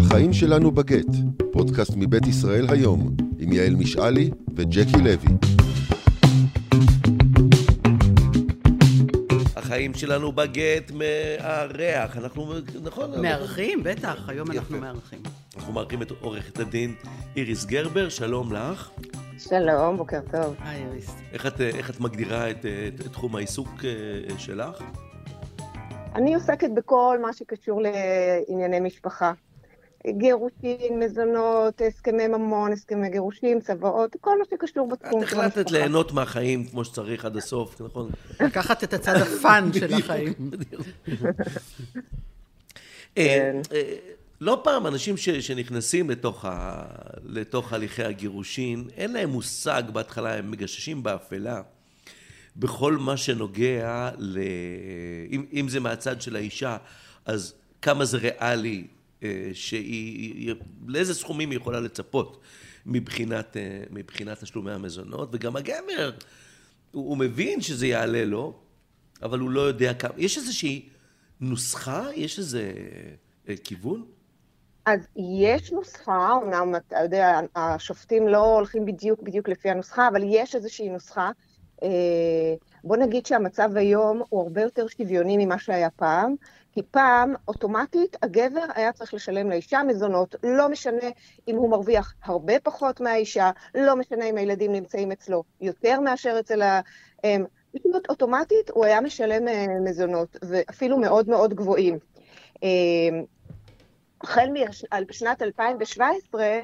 החיים שלנו בגט, פודקאסט מבית ישראל היום, עם יעל משעלי וג'קי לוי. החיים שלנו בגט מארח, אנחנו, נכון? מארחים, בטח, היום אנחנו מארחים. אנחנו מארחים את עורכת הדין איריס גרבר, שלום לך. שלום, בוקר טוב. היי איריס. איך את מגדירה את תחום העיסוק שלך? אני עוסקת בכל מה שקשור לענייני משפחה. גירושים, מזונות, הסכמי ממון, הסכמי גירושים, צוואות, כל מה שקשור בתחום של המשפחה. את החלטת ליהנות מהחיים כמו שצריך עד הסוף, נכון? לקחת את הצד הפן של החיים. לא פעם אנשים שנכנסים לתוך הליכי הגירושין, אין להם מושג בהתחלה, הם מגששים באפלה. בכל מה שנוגע, אם זה מהצד של האישה, אז כמה זה ריאלי, לאיזה סכומים היא יכולה לצפות מבחינת תשלומי המזונות, וגם הגבר, הוא מבין שזה יעלה לו, אבל הוא לא יודע כמה. יש איזושהי נוסחה? יש איזה כיוון? אז יש נוסחה, אומנם אתה יודע, השופטים לא הולכים בדיוק לפי הנוסחה, אבל יש איזושהי נוסחה. בוא נגיד שהמצב היום הוא הרבה יותר שוויוני ממה שהיה פעם, כי פעם אוטומטית הגבר היה צריך לשלם לאישה מזונות, לא משנה אם הוא מרוויח הרבה פחות מהאישה, לא משנה אם הילדים נמצאים אצלו יותר מאשר אצל האם, אוטומטית הוא היה משלם מזונות, ואפילו מאוד מאוד גבוהים. החל משנת 2017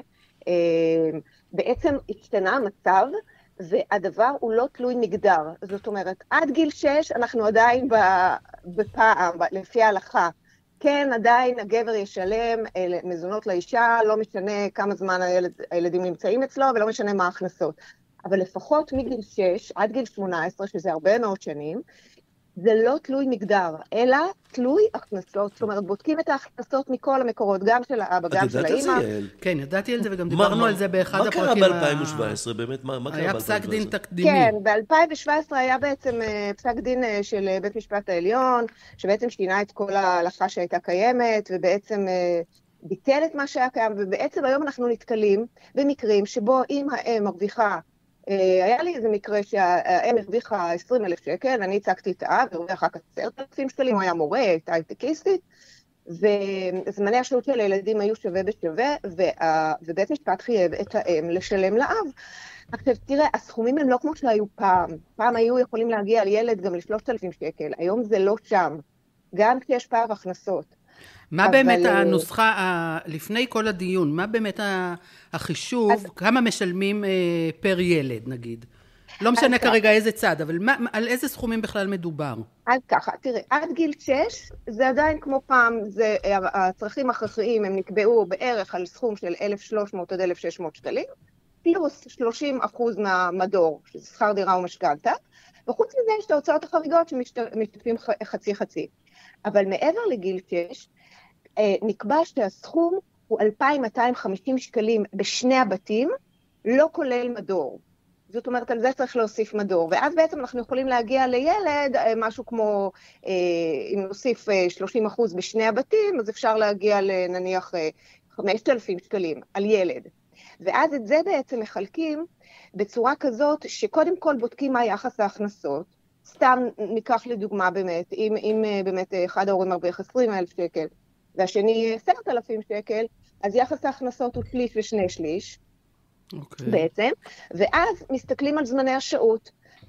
בעצם השתנה המצב, והדבר הוא לא תלוי מגדר. זאת אומרת, עד גיל 6 אנחנו עדיין בפעם, לפי ההלכה. כן, עדיין הגבר ישלם מזונות לאישה, לא משנה כמה זמן הילדים נמצאים אצלו, ולא משנה מה ההכנסות. אבל לפחות מגיל 6 עד גיל 18, שזה הרבה מאוד שנים, זה לא תלוי מגדר, אלא תלוי הכנסות. זאת אומרת, בודקים את ההכנסות מכל המקורות, גם של האבא, גם של האמא. כן, ידעתי על זה וגם דיברנו על זה באחד הפרקים. מה קרה ב-2017? באמת, מה קרה ב-2017? היה פסק דין תקדימי. כן, ב-2017 היה בעצם פסק דין של בית משפט העליון, שבעצם שינה את כל ההלכה שהייתה קיימת, ובעצם ביטל את מה שהיה קיים, ובעצם היום אנחנו נתקלים במקרים שבו אם האם מרוויחה, היה לי איזה מקרה שהאם הרוויחה 20,000 שקל, אני הצגתי את האב, הרוויחה רק 10,000 שקלים, הוא היה מורה, הייתה הייטקיסטית, וזמני השהות של הילדים היו שווה בשווה, ובית משפט חייב את האם לשלם לאב. עכשיו תראה, הסכומים הם לא כמו שהיו פעם. פעם היו יכולים להגיע על ילד גם ל3,000 שקל, היום זה לא שם, גם כשיש פער הכנסות. מה באמת הנוסחה, לפני כל הדיון, מה באמת החישוב, כמה משלמים פר ילד נגיד? לא משנה כרגע איזה צד, אבל על איזה סכומים בכלל מדובר? אז ככה, תראה, עד גיל 6 זה עדיין כמו פעם, הצרכים הכרחיים הם נקבעו בערך על סכום של 1,300 עד 1,600 שקלים, פלוס 30% מהמדור, שזה שכר דירה ומשכנתא, וחוץ מזה יש את ההוצאות החריגות שמשתתפים חצי-חצי. אבל מעבר לגיל 6, נקבע שהסכום הוא 2,250 שקלים בשני הבתים, לא כולל מדור. זאת אומרת, על זה צריך להוסיף מדור. ואז בעצם אנחנו יכולים להגיע לילד, משהו כמו, אם נוסיף 30% בשני הבתים, אז אפשר להגיע לנניח 5,000 שקלים על ילד. ואז את זה בעצם מחלקים בצורה כזאת, שקודם כל בודקים מה יחס ההכנסות, סתם ניקח לדוגמה באמת, אם באמת אחד ההורים מרוויח 20,000 שקל, והשני 10,000 שקל, אז יחס ההכנסות הוא שליש ושני שליש, בעצם, ואז מסתכלים על זמני השעות,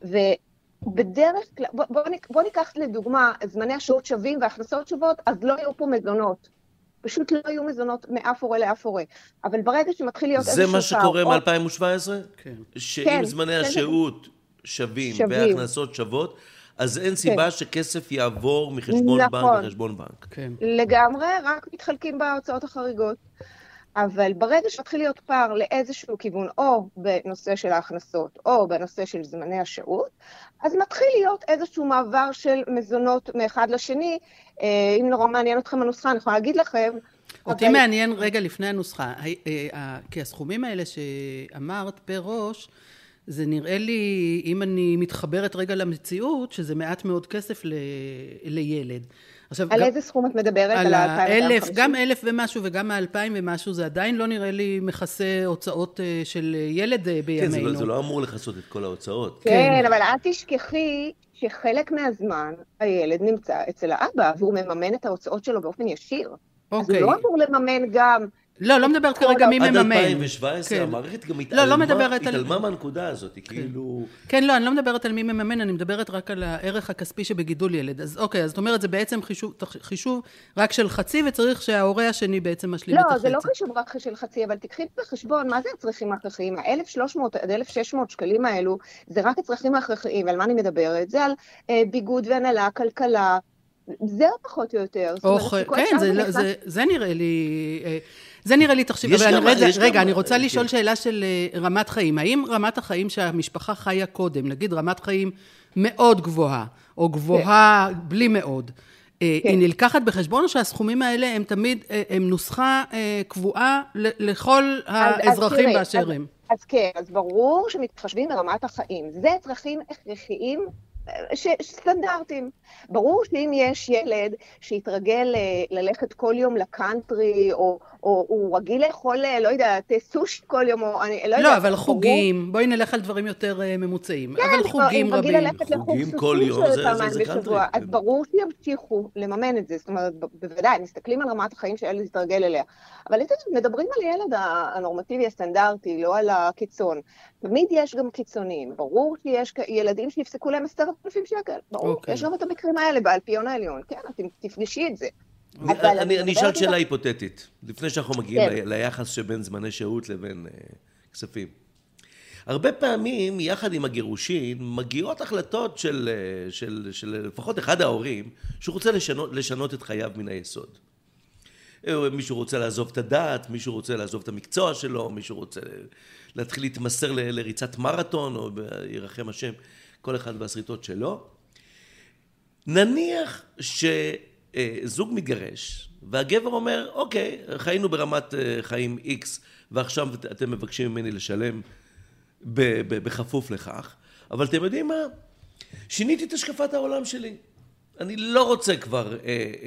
ובדרך כלל, בוא ניקח לדוגמה, זמני השעות שווים והכנסות שוות, אז לא יהיו פה מזונות. פשוט לא יהיו מזונות מאף הורה לאף הורה. אבל ברגע שמתחיל להיות איזשהו פער... זה מה שקורה מ-2017? כן. שאם זמני השעות שווים וההכנסות שוות, אז אין סיבה שכסף יעבור מחשבון בנק לחשבון בנק. לגמרי, רק מתחלקים בהוצאות החריגות. אבל ברגע שמתחיל להיות פער לאיזשהו כיוון, או בנושא של ההכנסות, או בנושא של זמני השעות, אז מתחיל להיות איזשהו מעבר של מזונות מאחד לשני. אם נורא מעניין אתכם הנוסחה, אני יכולה להגיד לכם... אותי מעניין רגע לפני הנוסחה, כי הסכומים האלה שאמרת פר ראש, זה נראה לי, אם אני מתחברת רגע למציאות, שזה מעט מאוד כסף לילד. על איזה סכום את מדברת? על ה-1,000, גם 1,000 ומשהו וגם 2,000 ומשהו, זה עדיין לא נראה לי מכסה הוצאות של ילד בימינו. כן, זה לא אמור לכסות את כל ההוצאות. כן, אבל אל תשכחי שחלק מהזמן הילד נמצא אצל האבא, והוא מממן את ההוצאות שלו באופן ישיר. אז הוא לא אמור לממן גם... לא מדברת כרגע מי מממן. עד 2017 המערכת גם התעלמה מהנקודה הזאת, כאילו... כן, לא, אני לא מדברת על מי מממן, אני מדברת רק על הערך הכספי שבגידול ילד. אז אוקיי, אז זאת אומרת, זה בעצם חישוב רק של חצי, וצריך שההורה השני בעצם משלים את החצי. לא, זה לא חישוב רק של חצי, אבל תקחי בחשבון, מה זה הצרכים ההכרחיים? ה-1,300 עד 1,600 שקלים האלו, זה רק הצרכים ההכרחיים, ועל מה אני מדברת? זה על ביגוד והנהלה, כלכלה, זה פחות או יותר. כן, זה נראה לי תחשיב, אבל רגע, אני רוצה לשאול שאלה של רמת חיים. האם רמת החיים שהמשפחה חיה קודם, נגיד רמת חיים מאוד גבוהה, או גבוהה בלי מאוד, היא נלקחת בחשבון, או שהסכומים האלה הם תמיד, הם נוסחה קבועה לכל האזרחים באשר הם? אז כן, אז ברור שמתחשבים ברמת החיים. זה צרכים הכרחיים, סטנדרטים. ברור שאם יש ילד שהתרגל ללכת כל יום לקאנטרי, או הוא רגיל לאכול, לא יודעת, סושי כל יום, או אני לא יודעת. לא, אבל חוגים, בואי נלך על דברים יותר ממוצעים. אבל חוגים רבים. רגיל ללכת לחוג סושי פעמיים בשבוע. אז ברור שימשיכו לממן את זה. זאת אומרת, בוודאי, מסתכלים על רמת החיים שהילד יתרגל אליה. אבל מדברים על ילד הנורמטיבי הסטנדרטי, לא על הקיצון. תמיד יש גם קיצונים. ברור שיש ילדים שיפסקו להם 10,000 שקל. ברור, יש גם את המקרים האלה באלפיון העליון. כן, אתם תפגשי את זה. אני אשאל שאלה היפותטית, לפני שאנחנו מגיעים ליחס שבין זמני שהות לבין כספים. הרבה פעמים, יחד עם הגירושין, מגיעות החלטות של לפחות אחד ההורים, שהוא רוצה לשנות את חייו מן היסוד. מישהו רוצה לעזוב את הדת, מישהו רוצה לעזוב את המקצוע שלו, מישהו רוצה להתחיל להתמסר לריצת מרתון, או ירחם השם, כל אחד והסריטות שלו. נניח שזוג מתגרש, והגבר אומר, אוקיי, חיינו ברמת חיים X, ועכשיו אתם מבקשים ממני לשלם בכפוף לכך, אבל אתם יודעים מה? שיניתי את השקפת העולם שלי. אני לא רוצה כבר,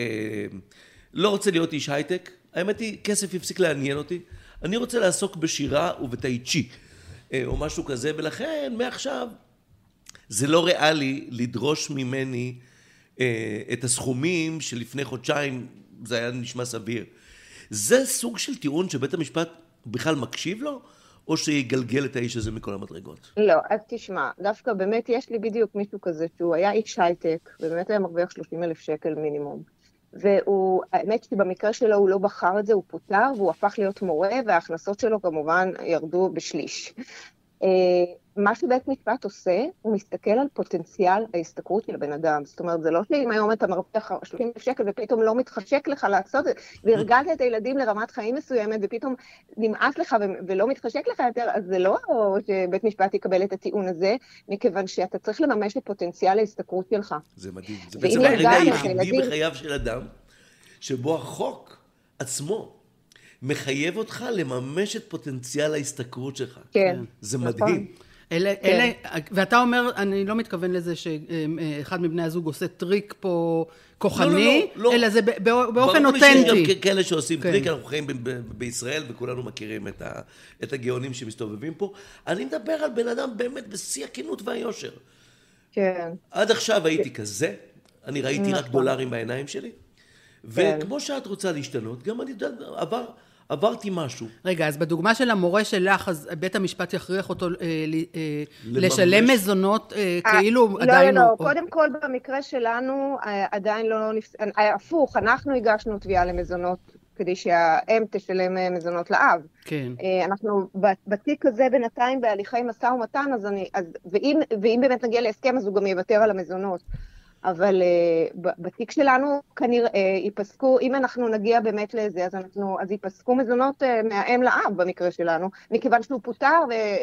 לא רוצה להיות איש הייטק, האמת היא, כסף יפסיק לעניין אותי, אני רוצה לעסוק בשירה ובטאי-צ'י, או משהו כזה, ולכן מעכשיו זה לא ריאלי לדרוש ממני את הסכומים שלפני חודשיים זה היה נשמע סביר. זה סוג של טיעון שבית המשפט בכלל מקשיב לו, או שיגלגל את האיש הזה מכל המדרגות? לא, אז תשמע, דווקא באמת יש לי בדיוק מישהו כזה שהוא היה איש הייטק, ובאמת היה מרוויח 30,000 שקל מינימום. והוא, האמת שבמקרה שלו הוא לא בחר את זה, הוא פוטר, והוא הפך להיות מורה, וההכנסות שלו כמובן ירדו בשליש. מה שבית משפט עושה, הוא מסתכל על פוטנציאל ההשתכרות של הבן אדם. זאת אומרת, זה לא שאם היום אתה מרוויח 30,000 שקל ופתאום לא מתחשק לך לעשות את זה, והרגלת את הילדים לרמת חיים מסוימת, ופתאום נמאס לך ולא מתחשק לך יותר, אז זה לא שבית משפט יקבל את הטיעון הזה, מכיוון שאתה צריך לממש את פוטנציאל ההשתכרות שלך. זה מדהים. זה בעצם הרגע היחידי בחייו של אדם, שבו החוק עצמו מחייב אותך לממש את פוטנציאל ההשתכרות שלך. כן. זה מדהים. ואתה אומר, אני לא מתכוון לזה שאחד מבני הזוג עושה טריק פה כוחני, אלא זה באופן אותנטי. ברור לי שיש גם כאלה שעושים טריק, אנחנו חיים בישראל וכולנו מכירים את הגאונים שמסתובבים פה. אני מדבר על בן אדם באמת בשיא הכנות והיושר. כן. עד עכשיו הייתי כזה, אני ראיתי רק דולרים בעיניים שלי, וכמו שאת רוצה להשתנות, גם אני יודע, עברתי משהו. רגע, אז בדוגמה של המורה שלך, אז בית המשפט יכריח אותו לשלם מזונות כאילו עדיין... לא, קודם כל במקרה שלנו עדיין לא... הפוך, אנחנו הגשנו תביעה למזונות כדי שהאם תשלם מזונות לאב. כן. אנחנו בתיק הזה בינתיים בהליכי משא ומתן, ואם באמת נגיע להסכם, אז הוא גם יוותר על המזונות. אבל בתיק שלנו כנראה ייפסקו, אם אנחנו נגיע באמת לזה, אז ייפסקו מזונות מהאם לאב במקרה שלנו, מכיוון שהוא פוטר,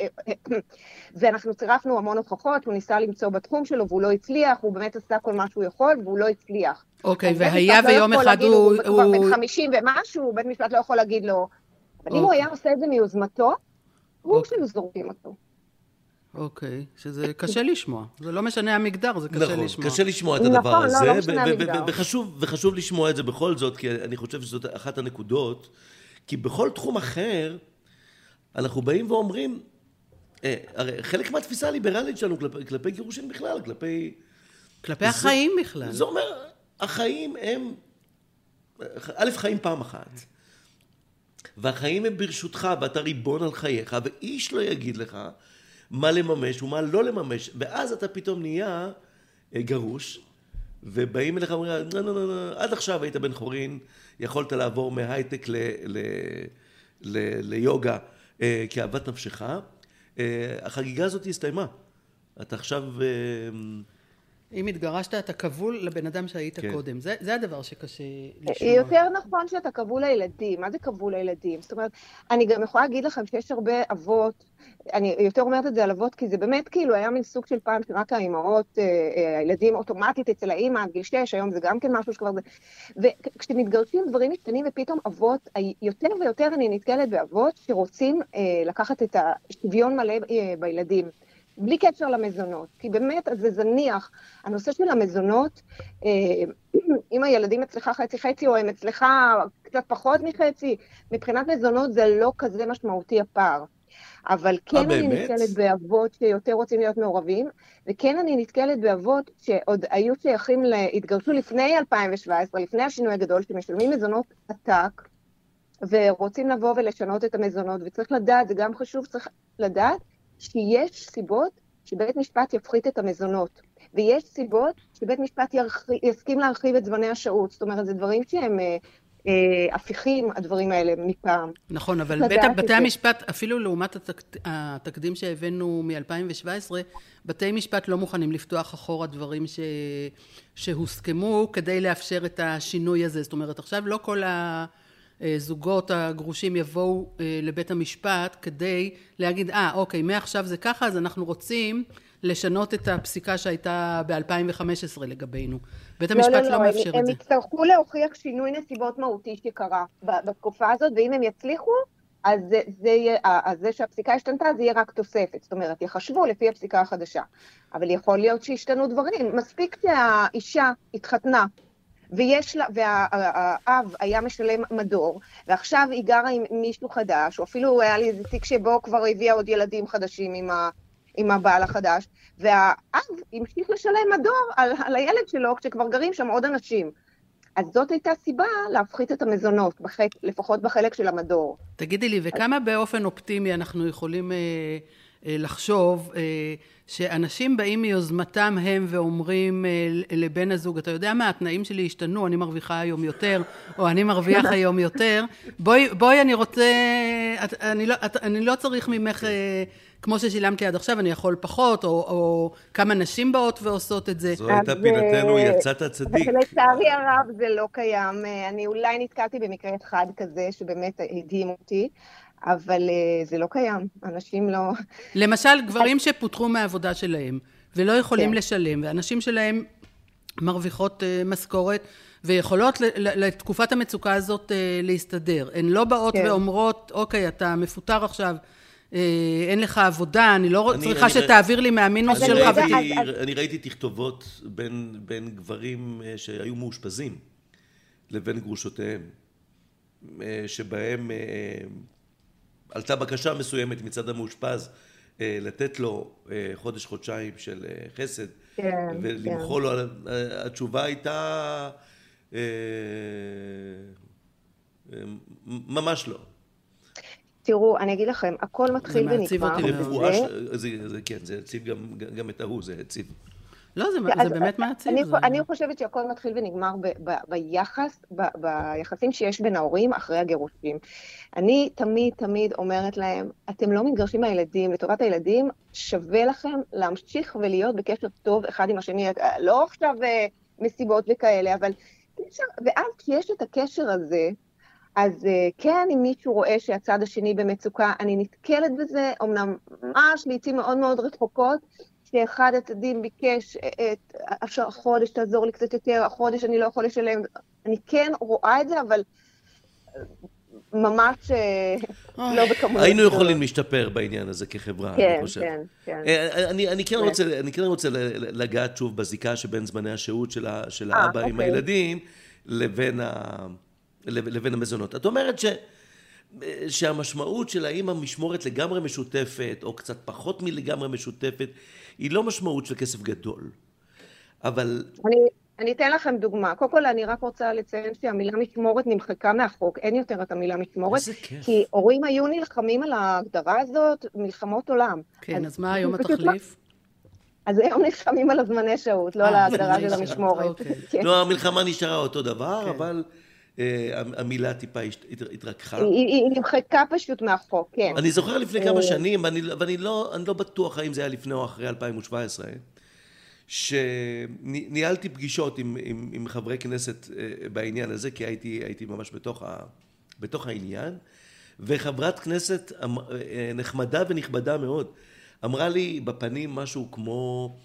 ואנחנו צירפנו המון הוכחות, הוא ניסה למצוא בתחום שלו, והוא לא הצליח, הוא באמת עשה כל מה שהוא יכול, והוא לא הצליח. אוקיי, והיה ויום אחד הוא... כבר בן 50 ומשהו, בית משפט לא יכול להגיד לו, אבל אם הוא היה עושה את זה מיוזמתו, הוא שלו זורקים אותו. אוקיי, שזה קשה לשמוע. זה לא משנה המגדר, זה קשה לשמוע. נכון, קשה לשמוע את הדבר הזה. נכון, לא משנה המגדר. וחשוב לשמוע את זה בכל זאת, כי אני חושב שזאת אחת הנקודות, כי בכל תחום אחר, אנחנו באים ואומרים, הרי חלק מהתפיסה הליברלית שלנו כלפי גירושין בכלל, כלפי החיים בכלל. זה אומר, החיים הם, א', חיים פעם אחת, והחיים הם ברשותך, ואתה ריבון על חייך, ואיש לא יגיד לך מה לממש ומה לא לממש, ואז אתה פתאום נהיה גרוש, ובאים אליך ואומרים, לא, עד עכשיו היית בן חורין, יכולת לעבור מהייטק ליוגה כאהבת נפשך, החגיגה הזאת הסתיימה. אתה עכשיו... אם התגרשת, אתה כבול לבן אדם שהיית קודם. זה הדבר שקשה לשמוע. יותר נכון שאתה כבול לילדים. מה זה כבול לילדים? זאת אומרת, אני גם יכולה להגיד לכם שיש הרבה אבות, אני יותר אומרת את זה על אבות, כי זה באמת כאילו היה מין סוג של פעם שרק האימהות, הילדים אוטומטית אצל האימא עד גיל 6, היום זה גם כן משהו שכבר זה... וכשמתגרשים דברים משתנים ופתאום אבות, יותר ויותר אני נתקלת באבות שרוצים לקחת את השוויון מלא בילדים. בלי קשר למזונות, כי באמת זה זניח. הנושא של המזונות, אם הילדים אצלך חצי-חצי, או הם אצלך קצת פחות מחצי, מבחינת מזונות זה לא כזה משמעותי הפער. אבל כן אני נתקלת באבות שיותר רוצים להיות מעורבים, וכן אני נתקלת באבות שעוד היו שייכים, התגרשו לפני 2017, לפני השינוי הגדול, שמשלמים מזונות עתק, ורוצים לבוא ולשנות את המזונות, וצריך לדעת, זה גם חשוב, צריך לדעת, שיש סיבות שבית משפט יפחית את המזונות, ויש סיבות שבית משפט יסכים להרחיב את זמני השהות. זאת אומרת, זה דברים שהם הפיכים, הדברים האלה, מפעם. נכון, אבל בתי המשפט, אפילו לעומת התקדים שהבאנו מ-2017, בתי משפט לא מוכנים לפתוח אחורה דברים שהוסכמו כדי לאפשר את השינוי הזה. זאת אומרת, עכשיו לא כל זוגות הגרושים יבואו לבית המשפט כדי להגיד, אוקיי, מעכשיו זה ככה, אז אנחנו רוצים לשנות את הפסיקה שהייתה ב-2015 לגבינו. בית המשפט לא מאפשר את זה. הם יצטרכו להוכיח שינוי נסיבות מהותי שקרה בתקופה הזאת, ואם הם יצליחו, אז זה שהפסיקה השתנתה, זה יהיה רק תוספת. זאת אומרת, יחשבו לפי הפסיקה החדשה. אבל יכול להיות שישתנו דברים. מספיק שהאישה התחתנה, והאב היה משלם מדור, ועכשיו היא גרה עם מישהו חדש, או אפילו היה לי איזה תיק שבו כבר הביאה עוד ילדים חדשים עם הבעל החדש, והאב המשיך לשלם מדור על הילד שלו, כשכבר גרים שם עוד אנשים. אז זאת הייתה סיבה להפחית את המזונות, לפחות בחלק של המדור. תגידי לי, וכמה באופן אופטימי אנחנו יכולים לחשוב שאנשים באים מיוזמתם הם ואומרים לבן הזוג, אתה יודע מה, התנאים שלי השתנו, אני מרוויחה היום יותר, או אני מרוויח היום יותר, בואי אני רוצה, אני לא צריך ממך, כמו ששילמתי עד עכשיו, אני יכול פחות, או כמה נשים באות ועושות את זה. זו הייתה פינתנו, יצאת צדיק. לצערי הרב זה לא קיים, אני אולי נתקלתי במקרה אחד כזה, שבאמת הדהים אותי, אבל זה לא קיים, אנשים לא... למשל, גברים שפוטרו מהעבודה שלהם, ולא יכולים לשלם, ואנשים שלהם מרוויחות משכורת, ויכולות לתקופת המצוקה הזאת להסתדר. הן לא באות ואומרות, אוקיי, אתה מפוטר עכשיו, אין לך עבודה, אני לא צריכה שתעביר לי מהמינוס שלך. אני ראיתי תכתובות בין גברים שהיו מאושפזים, לבין גרושותיהם, שבהם... עלתה בקשה מסוימת מצד המאושפז לתת לו חודש-חודשיים של חסד ולמחול לו. התשובה הייתה ממש לא. תראו, אני אגיד לכם, הכל מתחיל ונגמר. כן, זה הציב גם את ההוא, זה הציב. לא, זה באמת מעציב. אני חושבת שהכל מתחיל ונגמר ביחסים שיש בין ההורים אחרי הגירושים. אני תמיד אומרת להם, אתם לא מתגרשים מהילדים, לטובת הילדים שווה לכם להמשיך ולהיות בקשר טוב אחד עם השני, לא עכשיו מסיבות וכאלה, אבל ואז כשיש את הקשר הזה, אז כן, אם מישהו רואה שהצד השני במצוקה, אני נתקלת בזה, אמנם ממש לעתים מאוד מאוד רחוקות, שאחד הצדדים ביקש אפשר חודש תעזור לי קצת יותר, החודש אני לא יכול לשלם, אני כן רואה את זה, אבל ממש לא בכמות. היינו יכולים להשתפר בעניין הזה כחברה, אני חושב. כן, כן. אני כן רוצה לגעת שוב בזיקה שבין זמני השהות של האבא עם הילדים לבין המזונות. את אומרת שהמשמעות של האם המשמורת לגמרי משותפת, או קצת פחות מלגמרי משותפת, היא לא משמעות של כסף גדול. אבל... אני אתן לכם דוגמה. קודם כל, אני רק רוצה לציין שהמילה משמורת נמחקה מהחוק. אין יותר את המילה משמורת. איזה כיף. כי הורים היו נלחמים על ההגדרה הזאת מלחמות עולם. כן, אז מה היום התחליף? אז היום נלחמים על הזמני שהות, לא על ההגדרה של המשמורת. לא, המלחמה נשארה אותו דבר, אבל המילה טיפה התרככה. היא נמחקה פשוט מהחוק, כן. אני זוכר לפני כמה שנים, ואני לא בטוח האם זה היה לפני או אחרי 2017, שניהלתי פגישות עם חברי כנסת בעניין הזה, כי הייתי ממש בתוך העניין, וחברת כנסת נחמדה ונכבדה מאוד, אמרה לי בפנים משהו כמו,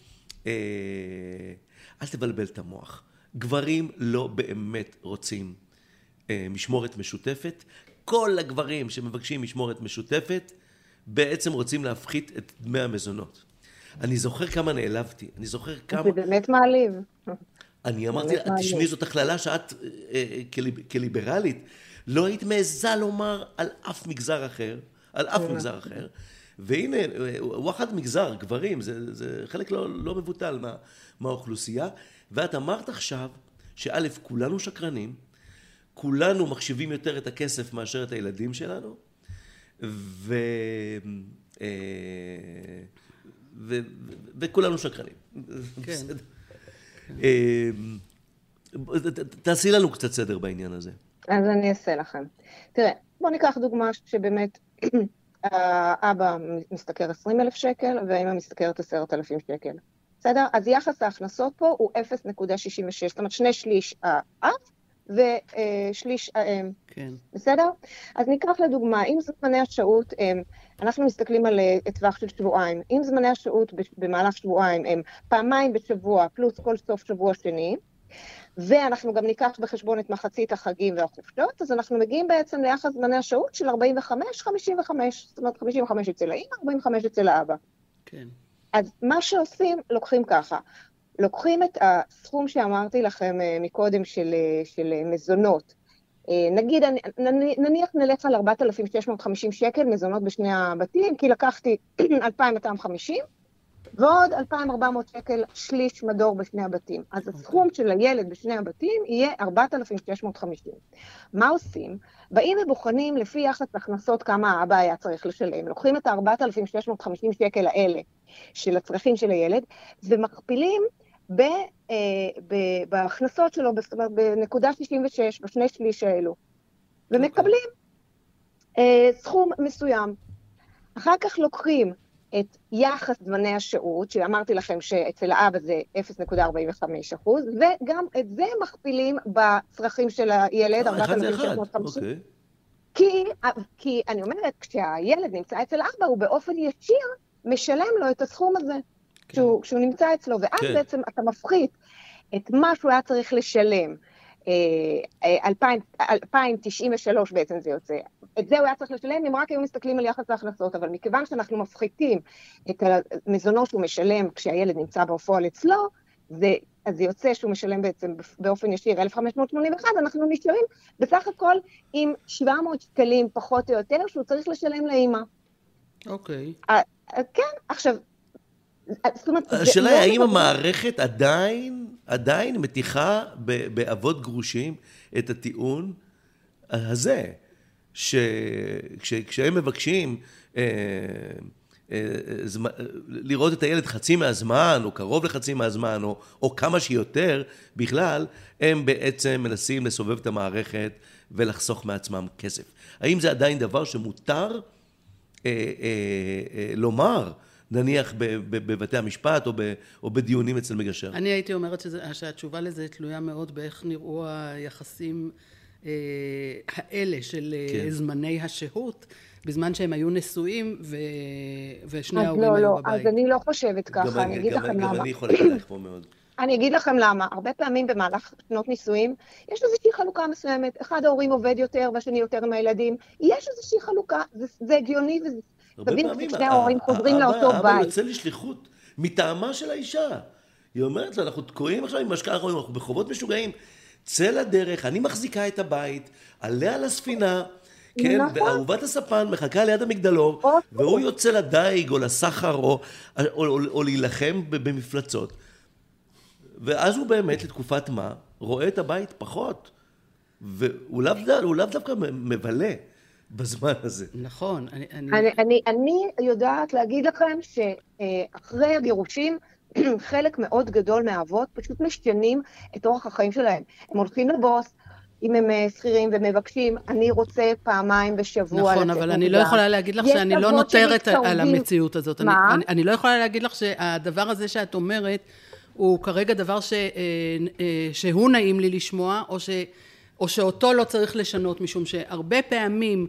אל תבלבל את המוח, גברים לא באמת רוצים משמורת משותפת, כל הגברים שמבקשים משמורת משותפת, בעצם רוצים להפחית את דמי המזונות. אני זוכר כמה נעלבתי, אני זוכר כמה... זה באמת מעליב. אני אמרתי, תשמעי, זאת הכללה שאת כליברלית, לא היית מעזה לומר על אף מגזר אחר, והנה, הוא אחד מגזר, גברים, זה חלק לא מבוטל מהאוכלוסייה, ואת אמרת עכשיו שא', כולנו שקרנים, כולנו מחשיבים יותר את הכסף מאשר את הילדים שלנו, וכולנו שקרנים. כן. תעשי לנו קצת סדר בעניין הזה. אז אני אעשה לכם. תראה, בוא ניקח דוגמה שבאמת האבא משתכר 20,000 שקל, והאמא משתכרת 10,000 שקל. בסדר? אז יחס ההכנסות פה הוא 0.66, זאת אומרת 2/3 האב ושליש האם. כן. בסדר? אז ניקח לדוגמה, אם זמני השהות, אנחנו מסתכלים על טווח של שבועיים, אם זמני השהות במהלך שבועיים הם פעמיים בשבוע פלוס כל סוף שבוע שני, ואנחנו גם ניקח בחשבון את מחצית החגים והחופשות, אז אנחנו מגיעים בעצם ליחס זמני השהות של 45-55, זאת אומרת 55 אצל האמא, 45 אצל האבא. כן. אז מה שעושים, לוקחים ככה, לוקחים את הסכום שאמרתי לכם מקודם של מזונות, נניח נלך על 4,650 שקל מזונות בשני הבתים, כי לקחתי 2,250, ועוד 2,400 שקל שליש מדור בשני הבתים. אז הסכום של הילד בשני הבתים יהיה 4,650. מה עושים? באים ובוחנים לפי יחס הכנסות כמה האבא היה צריך לשלם. לוקחים את ה-4,650 שקל האלה של הצרכים של הילד, ומכפילים בהכנסות שלו, זאת אומרת, בנקודה 66, בשני שליש האלו. ומקבלים סכום מסוים. אחר כך לוקחים את יחס זמני השהות, שאמרתי לכם שאצל האבא זה 0.45%, וגם את זה מכפילים בצרכים של הילד, 4,650. כי אני אומרת, כשהילד נמצא אצל האבא, הוא באופן ישיר משלם לו את הסכום הזה, כשהוא נמצא אצלו, ואז בעצם אתה מפחית את מה שהוא היה צריך לשלם, 2,093 בעצם זה יוצא. את זה הוא היה צריך לשלם אם רק היו מסתכלים על יחס ההכנסות, אבל מכיוון שאנחנו מפחיתים את המזונות שהוא משלם כשהילד נמצא בפועל אצלו, אז זה יוצא שהוא משלם בעצם באופן ישיר 1,581, אנחנו נשארים בסך הכל עם 700 שקלים פחות או יותר שהוא צריך לשלם לאמא. אוקיי. כן, עכשיו, השאלה היא, האם המערכת עדיין מתיחה באבות גרושים את הטיעון הזה, כשהם מבקשים לראות את הילד חצי מהזמן, או קרוב לחצי מהזמן, או כמה שיותר בכלל, הם בעצם מנסים לסובב את המערכת ולחסוך מעצמם כסף. האם זה עדיין דבר שמותר לומר, נניח בבתי המשפט או בדיונים אצל מגשר? אני הייתי אומרת שהתשובה לזה תלויה מאוד באיך נראו היחסים האלה של זמני השהות, בזמן שהם היו נשואים ושני ההורים היו בבית. אז אני לא חושבת ככה, אני אגיד לכם למה. גם אני חולק עליך פה מאוד. אני אגיד לכם למה. הרבה פעמים במהלך שנות נישואים, יש איזושהי חלוקה מסוימת. אחד ההורים עובד יותר והשני יותר עם הילדים. יש איזושהי חלוקה, זה הגיוני וזה... הרבה פעמים, שני ההורים חוזרים לאותו בית. האבא יוצא לשליחות מטעמה של האישה. היא אומרת לו, אנחנו תקועים עכשיו עם משקעה, אנחנו בחובות משוגעים. צא לדרך, אני מחזיקה את הבית, עליה על הספינה, כן, ואהובת הספן מחכה ליד המגדלור, והוא יוצא לדייג או לסחר או להילחם במפלצות. ואז הוא באמת לתקופת מה רואה את הבית פחות, והוא לאו דווקא מבלה בזמן הזה. נכון. אני יודעת להגיד לכם שאחרי הגירושים, חלק מאוד גדול מהאבות פשוט משנים את אורח החיים שלהם. הם הולכים לבוס, אם הם שכירים ומבקשים, אני רוצה פעמיים בשבוע. נכון, אבל אני לא יכולה להגיד לך שאני לא נותרת על המציאות הזאת. אני לא יכולה להגיד לך שהדבר הזה שאת אומרת, הוא כרגע דבר שהוא נעים לי לשמוע, או שאותו לא צריך לשנות, משום שהרבה פעמים,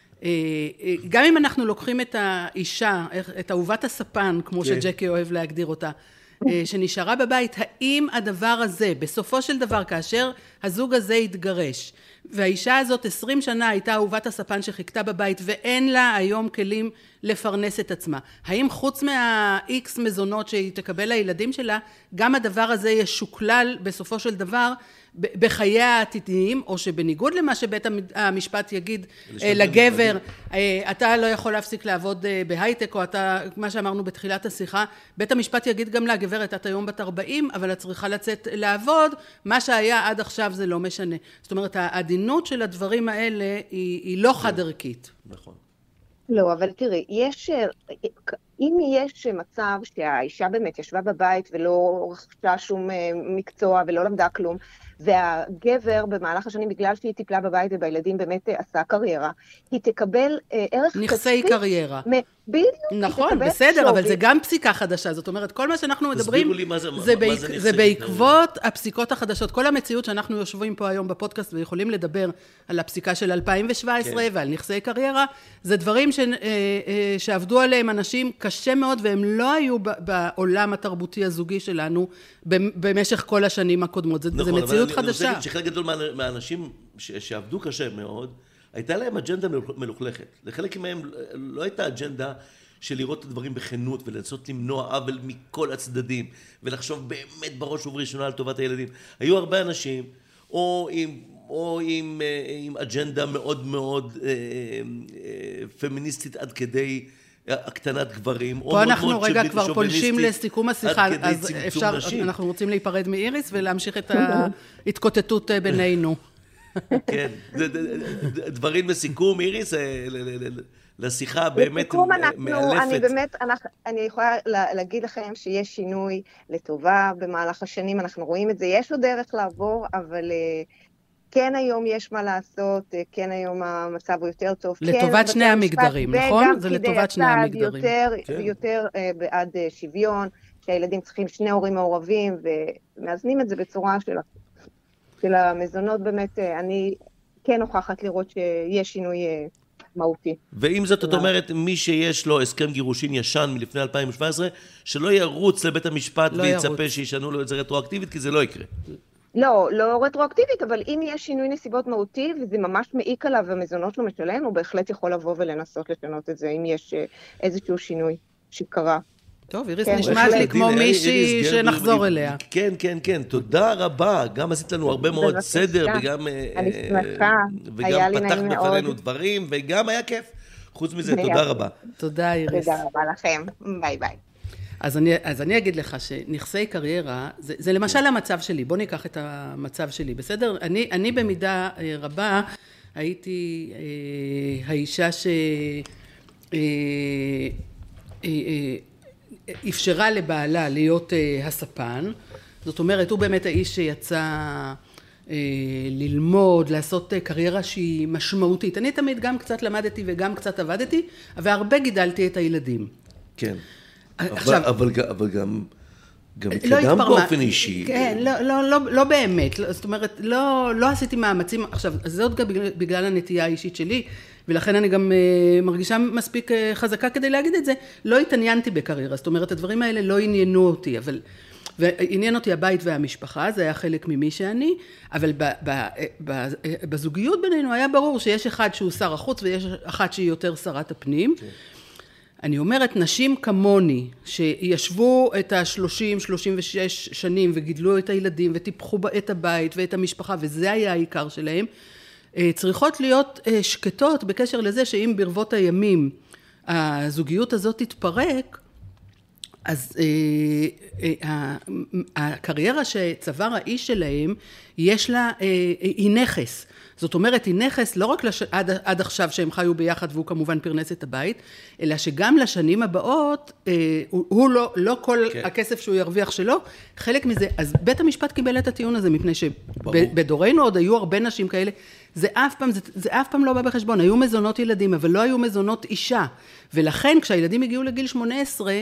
גם אם אנחנו לוקחים את האישה, את אהובת הספן, כמו שג'קי אוהב להגדיר אותה, שנשארה בבית, האם הדבר הזה, בסופו של דבר, כאשר הזוג הזה התגרש, והאישה הזאת 20 שנה הייתה אהובת הספן שחיכתה בבית, ואין לה היום כלים לפרנס את עצמה, האם חוץ מה-X מזונות שהיא תקבל לילדים שלה, גם הדבר הזה ישוקלל בסופו של דבר, בחיי העתידיים, או שבניגוד למה שבית המשפט יגיד לגבר, אתה לא יכול להפסיק לעבוד בהייטק, או אתה, מה שאמרנו בתחילת השיחה, בית המשפט יגיד גם לה, גברת, את היום בת 40, אבל את צריכה לצאת לעבוד, מה שהיה עד עכשיו זה לא משנה. זאת אומרת, העדינות של הדברים האלה היא לא חד ערכית. נכון. לא, אבל תראי, אם יש מצב שהאישה באמת ישבה בבית ולא רכשה שום מקצוע ולא למדה כלום, והגבר במהלך השנים, בגלל שהיא טיפלה בבית ובילדים באמת עשה קריירה, היא תקבל ערך כספי. נכסי קריירה. בדיוק. נכון, בסדר, אבל זה גם פסיקה חדשה. זאת אומרת, כל מה שאנחנו מדברים, זה בעקבות הפסיקות החדשות. כל המציאות שאנחנו יושבים פה היום בפודקאסט ויכולים לדבר על הפסיקה של 2017 ועל נכסי קריירה, זה דברים שעבדו עליהם אנשים קשה מאוד, והם לא היו בעולם התרבותי הזוגי שלנו במשך כל השנים הקודמות. זה מציאות חדשה. אני רוצה להגיד שחלק גדול מהאנשים שעבדו קשה מאוד, הייתה להם אג'נדה מלוכלכת. לחלק מהם לא הייתה אג'נדה של לראות את הדברים בכנות ולנסות למנוע עוול מכל הצדדים ולחשוב באמת בראש ובראשונה על טובת הילדים. היו הרבה אנשים או עם אג'נדה מאוד מאוד פמיניסטית עד כדי הקטנת גברים. פה אנחנו רגע כבר פולשים לסיכום השיחה, אז אפשר, אנחנו רוצים להיפרד מאיריס ולהמשיך את ההתקוטטות בינינו. כן, דברים לסיכום, איריס, לשיחה באמת מאלפת. אני יכולה להגיד לכם שיש שינוי לטובה במהלך השנים, אנחנו רואים את זה, יש עוד דרך לעבור, אבל כן היום יש מה לעשות, כן היום המצב הוא יותר טוב. לטובת שני המגדרים, נכון? זה לטובת שני המגדרים. יותר בעד שוויון, שהילדים צריכים שני הורים מעורבים, ומאזנים את זה בצורה של המזונות. באמת, אני כן הוכחת לראות שיש שינוי מהותי. ועם זאת, את אומרת, מי שיש לו הסכם גירושין ישן מלפני 2017, שלא ירוץ לבית המשפט ויצפה שישנו לו את זה רטרואקטיבית, כי זה לא יקרה. לא רטרואקטיבית, אבל אם יש שינוי נסיבות מהותי, וזה ממש מעיק עליו והמזונות שלו משלם, הוא בהחלט יכול לבוא ולנסות לשנות את זה, אם יש איזשהו שינוי שקרה. טוב, איריס נשמעת לי כמו מישהי שנחזור אליה. כן, כן, כן, תודה רבה. גם עשית לנו הרבה מאוד סדר, וגם פתחת בפנינו דברים, וגם היה כיף. חוץ מזה, תודה רבה. תודה, איריס. תודה רבה לכם. ביי ביי. אז אני אגיד לך שנכסי קריירה, זה למשל המצב שלי, בוא ניקח את המצב שלי, בסדר? אני במידה רבה הייתי האישה שאפשרה לבעלה להיות הספן, זאת אומרת, הוא באמת האיש שיצא ללמוד, לעשות קריירה שהיא משמעותית. אני תמיד גם קצת למדתי וגם קצת עבדתי, והרבה גידלתי את הילדים. כן. אבל גם התקדם באופן אישי. כן, לא באמת. זאת אומרת, לא עשיתי מאמצים. עכשיו, זה עוד גם בגלל הנטייה האישית שלי, ולכן אני גם מרגישה מספיק חזקה כדי להגיד את זה. לא התעניינתי בקריירה. זאת אומרת, הדברים האלה לא עניינו אותי, אבל ועניין אותי הבית והמשפחה, זה היה חלק ממי שאני, אבל בזוגיות בינינו היה ברור שיש אחד שהוא שר החוץ ויש אחת שהיא יותר שרת הפנים. אני אומרת, נשים כמוני, שישבו את ה-30-36 שנים וגידלו את הילדים וטיפחו את הבית ואת המשפחה, וזה היה העיקר שלהם, צריכות להיות שקטות בקשר לזה שאם ברבות הימים הזוגיות הזאת תתפרק, אז הקריירה שצבר האיש שלהם, יש לה, היא נכס. זאת אומרת, היא נכס לא רק עד עכשיו שהם חיו ביחד והוא כמובן פרנס את הבית, אלא שגם לשנים הבאות, הוא לא כל הכסף שהוא ירוויח שלו, חלק מזה, אז בית המשפט קיבל את הטיעון הזה, מפני שבדורנו עוד היו הרבה נשים כאלה, זה אף פעם לא בא בחשבון, היו מזונות ילדים, אבל לא היו מזונות אישה, ולכן כשהילדים הגיעו לגיל 18,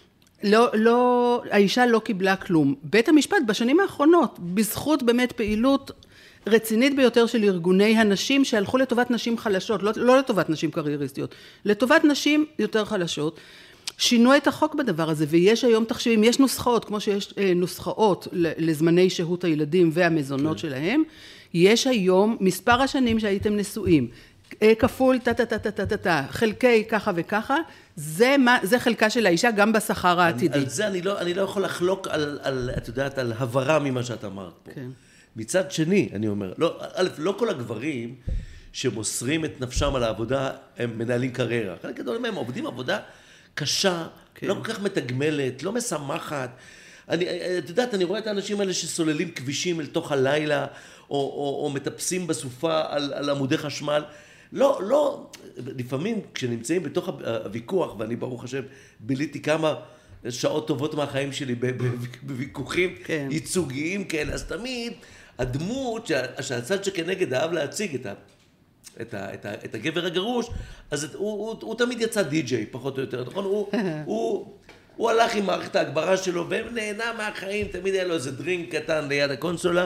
האישה לא קיבלה כלום. בית המשפט בשנים האחרונות, בזכות באמת פעילות רצינית ביותר של ארגוני הנשים שהלכו לטובת נשים חלשות, לא לטובת נשים קרייריסטיות, לטובת נשים יותר חלשות, שינו את החוק בדבר הזה, ויש היום תחשיבים, יש נוסחאות, כמו שיש נוסחאות לזמני שהות הילדים והמזונות שלהם, יש היום מספר השנים שהייתם נשואים, כפול, חלקי ככה וככה, זה חלקה של האישה גם בשכר העתידי. על זה אני לא יכול לחלוק את יודעת, על הברה ממה שאת אמרת פה. כן. מצד שני, אני אומר, לא כל הגברים שמוסרים את נפשם על העבודה, הם מנהלים קריירה. חלק גדול מהם עובדים עבודה קשה, לא כל כך מתגמלת, לא משמחת. את יודעת, אני רואה את האנשים האלה שסוללים כבישים אל תוך הלילה, או מטפסים בסופה על עמודי חשמל. לא, לפעמים כשנמצאים בתוך הוויכוח, ואני ברוך השם ביליתי כמה שעות טובות מהחיים שלי בוויכוחים ייצוגיים כאלה, אז תמיד הדמות שהצד שכנגד אהב להציג את הגבר הגרוש, אז הוא תמיד יצא די-ג'יי, פחות או יותר, נכון? הוא הלך עם מערכת ההגברה שלו ונהנה מהחיים, תמיד היה לו איזה דרינק קטן ליד הקונסולה,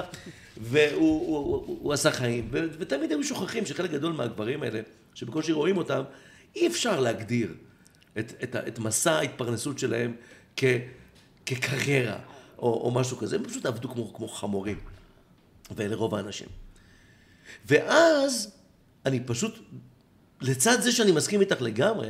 והוא עשה חיים. ותמיד היו שוכחים שחלק גדול מהגברים האלה, שבקושי רואים אותם, אי אפשר להגדיר את מסע ההתפרנסות שלהם כקריירה, או משהו כזה. הם פשוט עבדו כמו חמורים. ואלה רוב האנשים. ואז אני פשוט, לצד זה שאני מסכים איתך לגמרי,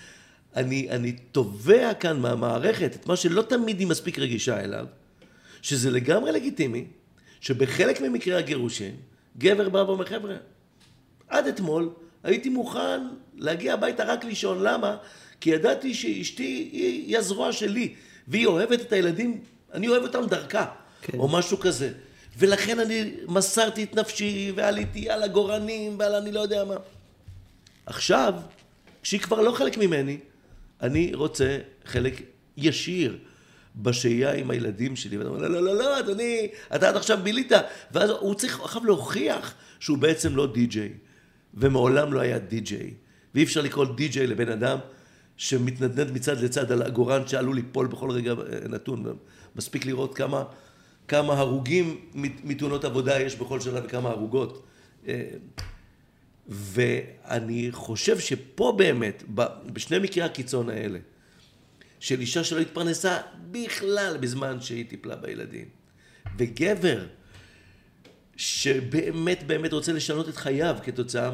אני תובע כאן מהמערכת את מה שלא תמיד היא מספיק רגישה אליו, שזה לגמרי לגיטימי, שבחלק ממקרי הגירושין, גבר בא ואומר, חבר'ה, עד אתמול הייתי מוכן להגיע הביתה רק לישון. למה? כי ידעתי שאשתי היא הזרוע שלי, והיא אוהבת את הילדים, אני אוהב אותם דרכה, או משהו כזה. ולכן אני מסרתי את נפשי, ועליתי על הגורנים, ועל אני לא יודע מה. עכשיו, כשהיא כבר לא חלק ממני, אני רוצה חלק ישיר בשהייה עם הילדים שלי. ואתה אומר, לא, אדוני, אתה עד עכשיו בילית. ואז הוא צריך עכשיו להוכיח שהוא בעצם לא די-ג'יי, ומעולם לא היה די-ג'יי. ואי אפשר לקרוא די-ג'יי לבן אדם שמתנדנד מצד לצד על הגורן שעלול ליפול בכל רגע נתון. מספיק לראות כמה הרוגים מתאונות עבודה יש בכל שנה וכמה הרוגות. ואני חושב שפה באמת, בשני מקרי הקיצון האלה, של אישה שלא התפרנסה בכלל בזמן שהיא טיפלה בילדים, וגבר שבאמת באמת רוצה לשנות את חייו כתוצאה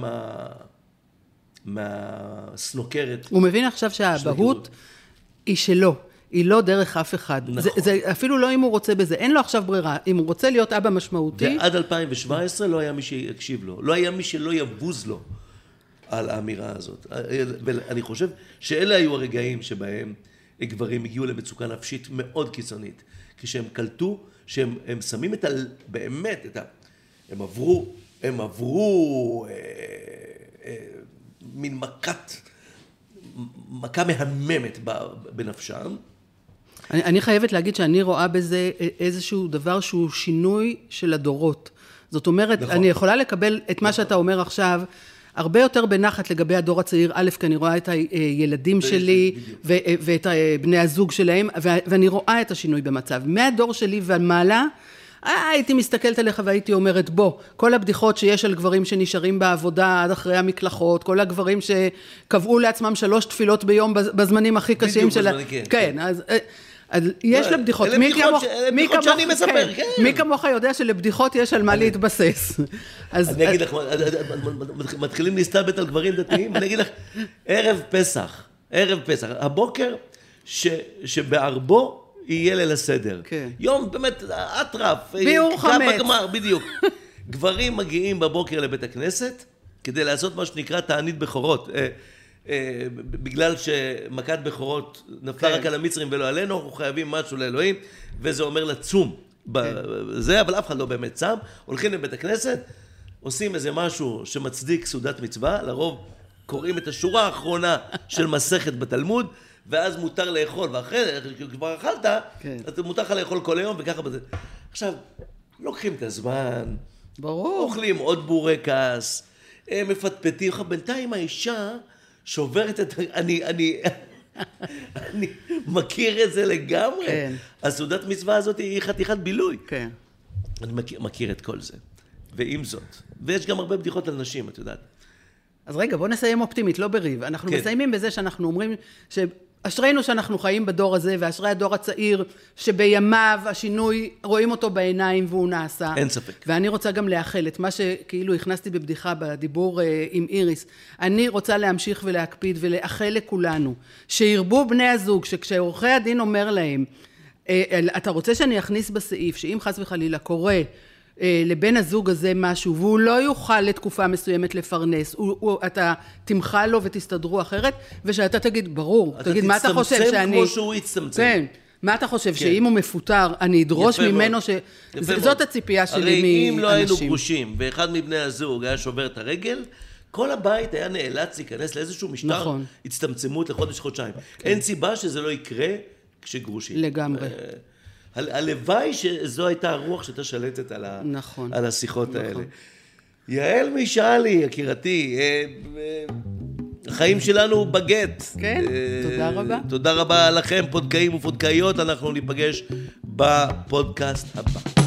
מהסנוקרת. הוא מבין עכשיו שהאבהות היא שלו. היא לא דרך אף אחד. נכון. זה אפילו לא אם הוא רוצה בזה. אין לו עכשיו ברירה. אם הוא רוצה להיות אבא משמעותי. ועד 2017 לא היה מי שיקשיב לו. לא היה מי שלא יבוז לו על האמירה הזאת. ואני חושב שאלה היו הרגעים שבהם גברים הגיעו למצוקה נפשית מאוד קיצונית. כשהם קלטו שהם שמים באמת הם עברו מין מכה מהממת בנפשם. אני חייבת להגיד שאני רואה בזה איזשהו דבר שהוא שינוי של הדורות. זאת אומרת, נכון. אני יכולה לקבל את מה שאתה אומר עכשיו, הרבה יותר בנחת לגבי הדור הצעיר, א', כי אני רואה את הילדים שלי ואת בני הזוג שלהם, ואני רואה את השינוי במצב. מהדור שלי ומעלה, הייתי מסתכלת עליך והייתי אומרת, בוא, כל הבדיחות שיש על גברים שנשארים בעבודה עד אחרי המקלחות, כל הגברים שקבעו לעצמם 3 תפילות ביום בזמנים הכי קשים שלה. בדיוק, כן, אז אז יש לבדיחות. אלה בדיחות שאני מספר, כן. מי כמוך יודע שלבדיחות יש על מה להתבסס. אני אגיד לך, מתחילים להסתלבט על גברים דתיים, אני אגיד לך, ערב פסח, הבוקר שבערבו יהיה ליל הסדר. יום באמת אטרף. ביאור חמץ. בדיוק. גברים מגיעים בבוקר לבית הכנסת, כדי לעשות מה שנקרא תענית בכורות. בגלל שמכת בכורות נפלה רק על המצרים ולא עלינו, אנחנו חייבים משהו לאלוהים, וזה אומר לצום. זה, אבל אף אחד לא באמת צם. הולכים לבית הכנסת, עושים איזה משהו שמצדיק סעודת מצווה, לרוב קוראים את השורה האחרונה של מסכת בתלמוד, ואז מותר לאכול, ואחרי, כבר אכלת, אז מותר לך לאכול כל היום, וככה בזה. עכשיו, לוקחים את הזמן, ברור. אוכלים עוד בורקס, מפטפטים, בינתיים האישה שוברת את... אני מכיר את זה לגמרי. כן. הסעודת מצווה הזאת היא חתיכת בילוי. כן. אני מכיר את כל זה. ועם זאת, ויש גם הרבה בדיחות על נשים, את יודעת. אז רגע, בוא נסיים אופטימית, לא בריב. אנחנו מסיימים בזה שאנחנו אומרים שאשרינו שאנחנו חיים בדור הזה, ואשרי הדור הצעיר, שבימיו השינוי, רואים אותו בעיניים והוא נעשה. אין ספק. ואני רוצה גם לאחל את מה שכאילו הכנסתי בבדיחה בדיבור עם איריס. אני רוצה להמשיך ולהקפיד ולאחל לכולנו, שירבו בני הזוג, שכשעורכי הדין אומר להם, אתה רוצה שאני אכניס בסעיף, שאם חס וחלילה קורה, לבן הזוג הזה משהו, והוא לא יוכל לתקופה מסוימת לפרנס, אתה תמחה לו ותסתדרו אחרת, ושאתה תגיד, ברור, תגיד, מה אתה חושב שאני... אתה תצטמצם כמו שהוא יצטמצם. כן, מה אתה חושב, שאם הוא מפוטר, אני אדרוש ממנו זאת הציפייה שלי מאנשים. הרי אם לא היינו גרושים, ואחד מבני הזוג היה שובר את הרגל, כל הבית היה נאלץ להיכנס לאיזשהו משטר הצטמצמות לחודש-חודשיים. אין סיבה שזה לא יקרה כשגרושים. לגמרי. הלוואי שזו הייתה הרוח שאתה שלטת על השיחות האלה. יעל משאלי, יקירתי, החיים שלנו בגט. כן, תודה רבה. תודה רבה לכם, פודקאים ופודקאיות, אנחנו ניפגש בפודקאסט הבא.